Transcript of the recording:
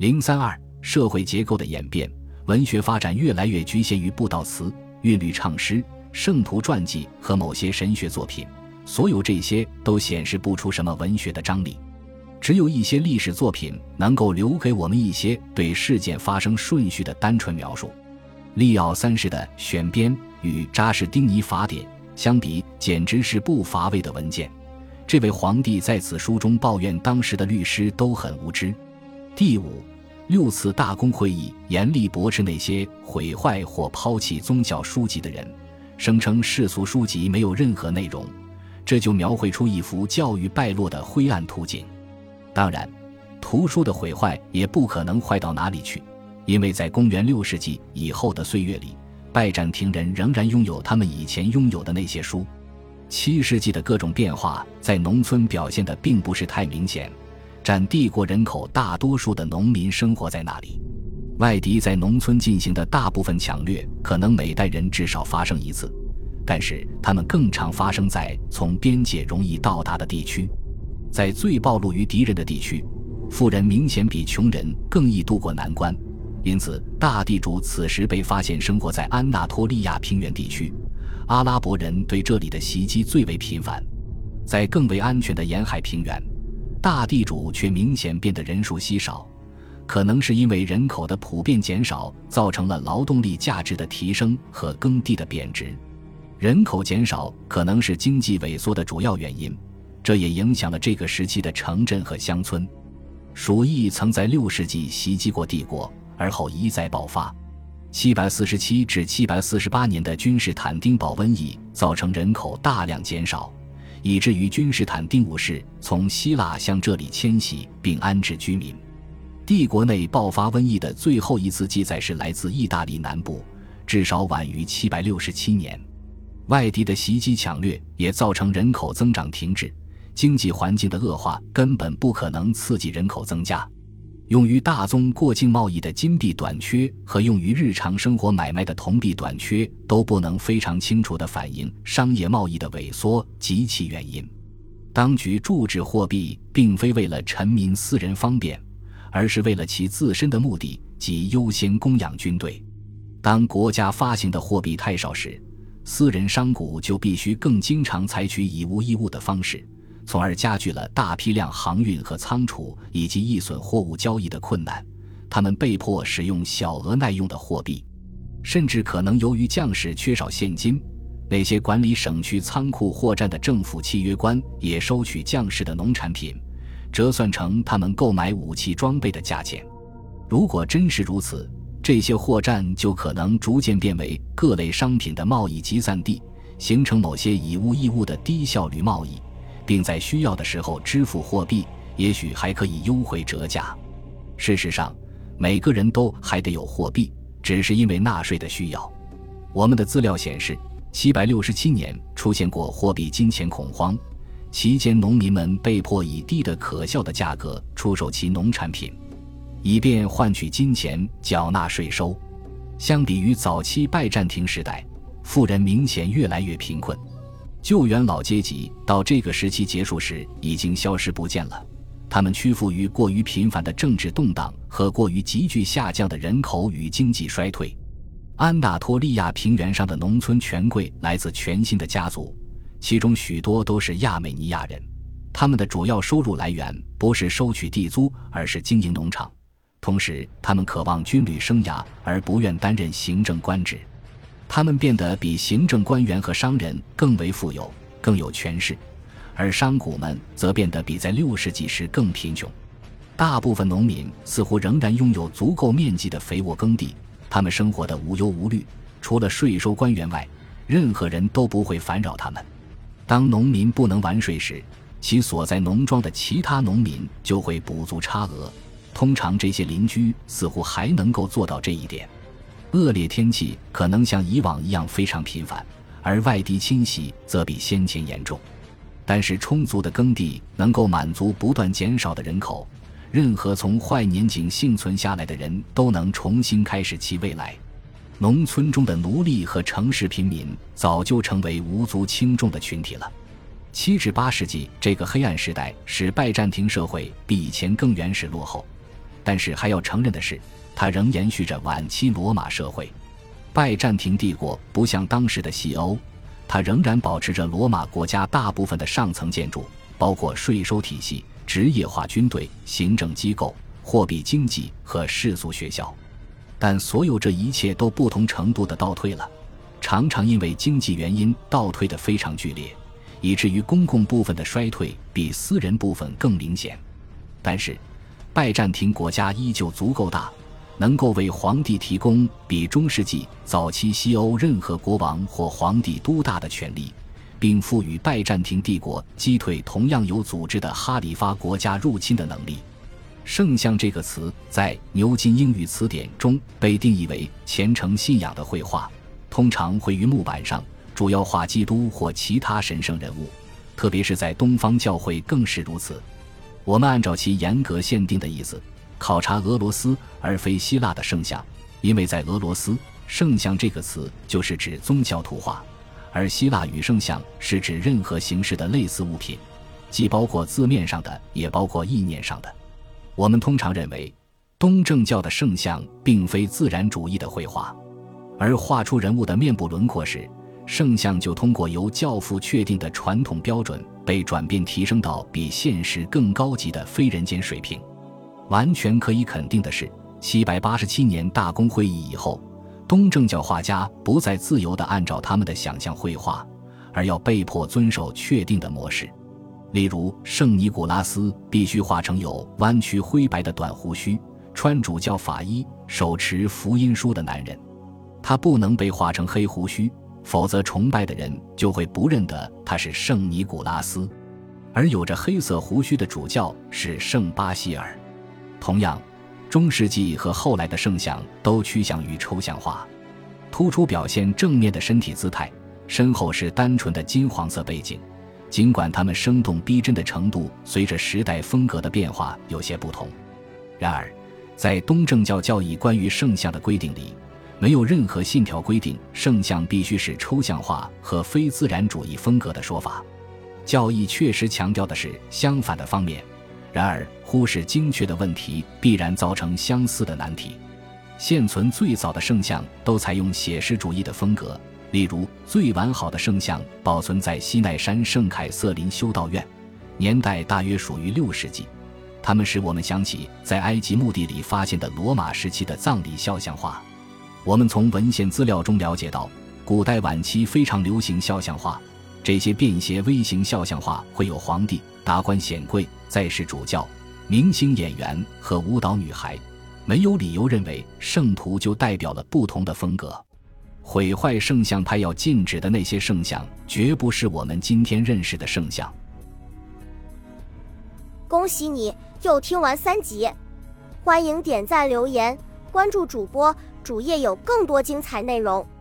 032社会结构的演变，文学发展越来越局限于布道词、韵律唱诗、圣徒传记和某些神学作品，所有这些都显示不出什么文学的张力。只有一些历史作品能够留给我们一些对事件发生顺序的单纯描述。利奥三世的选编与扎什丁尼法典相比，简直是不乏味的文件。这位皇帝在此书中抱怨当时的律师都很无知。第6次大公会议严厉驳斥那些毁坏或抛弃宗教书籍的人，声称世俗书籍没有任何内容，这就描绘出一幅教育败落的灰暗图景。当然，图书的毁坏也不可能坏到哪里去，因为在公元6世纪以后的岁月里，拜占庭人仍然拥有他们以前拥有的那些书。7世纪的各种变化在农村表现得并不是太明显，占帝国人口大多数的农民生活在那里。外敌在农村进行的大部分抢掠可能每代人至少发生一次，但是它们更常发生在从边界容易到达的地区。在最暴露于敌人的地区，富人明显比穷人更易渡过难关，因此大地主此时被发现生活在安纳托利亚平原地区，阿拉伯人对这里的袭击最为频繁。在更为安全的沿海平原，大地主却明显变得人数稀少，可能是因为人口的普遍减少造成了劳动力价值的提升和耕地的贬值。人口减少可能是经济萎缩的主要原因，这也影响了这个时期的城镇和乡村。鼠疫曾在6世纪袭击过帝国，而后一再爆发。747至748年的君士坦丁堡瘟疫造成人口大量减少，以至于君士坦丁五世从希腊向这里迁徙并安置居民。帝国内爆发瘟疫的最后一次记载是来自意大利南部，至少晚于767年。外敌的袭击抢掠也造成人口增长停滞，经济环境的恶化根本不可能刺激人口增加。用于大宗过境贸易的金币短缺和用于日常生活买卖的铜币短缺都不能非常清楚地反映商业贸易的萎缩及其原因。当局铸制货币并非为了臣民私人方便，而是为了其自身的目的，即优先供养军队。当国家发行的货币太少时，私人商贾就必须更经常采取以物易物的方式，从而加剧了大批量航运和仓储以及易损货物交易的困难。他们被迫使用小额耐用的货币，甚至可能由于将士缺少现金，那些管理省区仓库货站的政府契约官也收取将士的农产品，折算成他们购买武器装备的价钱。如果真是如此，这些货站就可能逐渐变为各类商品的贸易集散地，形成某些以物易物的低效率贸易，并在需要的时候支付货币，也许还可以优惠折价。事实上，每个人都还得有货币，只是因为纳税的需要。我们的资料显示，767年出现过货币金钱恐慌，期间农民们被迫以低的可笑的价格出售其农产品，以便换取金钱缴纳税收。相比于早期拜占庭时代，富人明显越来越贫困。旧元老阶级到这个时期结束时已经消失不见了，他们屈服于过于频繁的政治动荡和过于急剧下降的人口与经济衰退。安纳托利亚平原上的农村权贵来自全新的家族，其中许多都是亚美尼亚人，他们的主要收入来源不是收取地租，而是经营农场。同时他们渴望军旅生涯而不愿担任行政官职，他们变得比行政官员和商人更为富有，更有权势，而商贾们则变得比在6世纪时更贫穷。大部分农民似乎仍然拥有足够面积的肥沃耕地，他们生活得无忧无虑，除了税收官员外，任何人都不会烦扰他们。当农民不能完税时，其所在农庄的其他农民就会补足差额，通常这些邻居似乎还能够做到这一点。恶劣天气可能像以往一样非常频繁，而外敌侵袭则比先前严重。但是充足的耕地能够满足不断减少的人口，任何从坏年景幸存下来的人都能重新开始其未来。农村中的奴隶和城市贫民早就成为无足轻重的群体了。7至8世纪这个黑暗时代使拜占庭社会比以前更原始落后， 但是还要承认的是，它仍延续着晚期罗马社会。拜占庭帝国不像当时的西欧，它仍然保持着罗马国家大部分的上层建筑，包括税收体系、职业化军队、行政机构、货币经济和世俗学校。但所有这一切都不同程度地倒退了，常常因为经济原因倒退得非常剧烈，以至于公共部分的衰退比私人部分更明显。但是拜占庭国家依旧足够大，能够为皇帝提供比中世纪早期西欧任何国王或皇帝都大的权力，并赋予拜占庭帝国击退同样有组织的哈里发国家入侵的能力。圣像这个词在牛津英语词典中被定义为虔诚信仰的绘画，通常绘于木板上，主要画基督或其他神圣人物，特别是在东方教会更是如此。我们按照其严格限定的意思考察俄罗斯而非希腊的圣像，因为在俄罗斯，圣像这个词就是指宗教图画，而希腊语圣像是指任何形式的类似物品，既包括字面上的，也包括意念上的。我们通常认为，东正教的圣像并非自然主义的绘画，而画出人物的面部轮廓时，圣像就通过由教父确定的传统标准被转变提升到比现实更高级的非人间水平。完全可以肯定的是，787年大公会议以后，东正教画家不再自由地按照他们的想象绘画，而要被迫遵守确定的模式。例如，圣尼古拉斯必须画成有弯曲灰白的短胡须、穿主教法衣、手持福音书的男人，他不能被画成黑胡须，否则崇拜的人就会不认得他是圣尼古拉斯，而有着黑色胡须的主教是圣巴西尔。同样，中世纪和后来的圣像都趋向于抽象化，突出表现正面的身体姿态，身后是单纯的金黄色背景，尽管它们生动逼真的程度随着时代风格的变化有些不同。然而，在东正教教义关于圣像的规定里，没有任何信条规定圣像必须是抽象化和非自然主义风格的说法。教义确实强调的是相反的方面，然而忽视精确的问题必然造成相似的难题。现存最早的圣像都采用写实主义的风格，例如最完好的圣像保存在西奈山圣凯瑟琳修道院，年代大约属于6世纪。它们使我们想起在埃及墓地里发现的罗马时期的葬礼肖像画。我们从文献资料中了解到，古代晚期非常流行肖像画，这些便携微型肖像画会有皇帝、达官显贵、在世主教、明星演员和舞蹈女孩，没有理由认为圣徒就代表了不同的风格。毁坏圣像派要禁止的那些圣像，绝不是我们今天认识的圣像。 恭喜你又听完3集，欢迎点赞留言，关注主播，主页有更多精彩内容。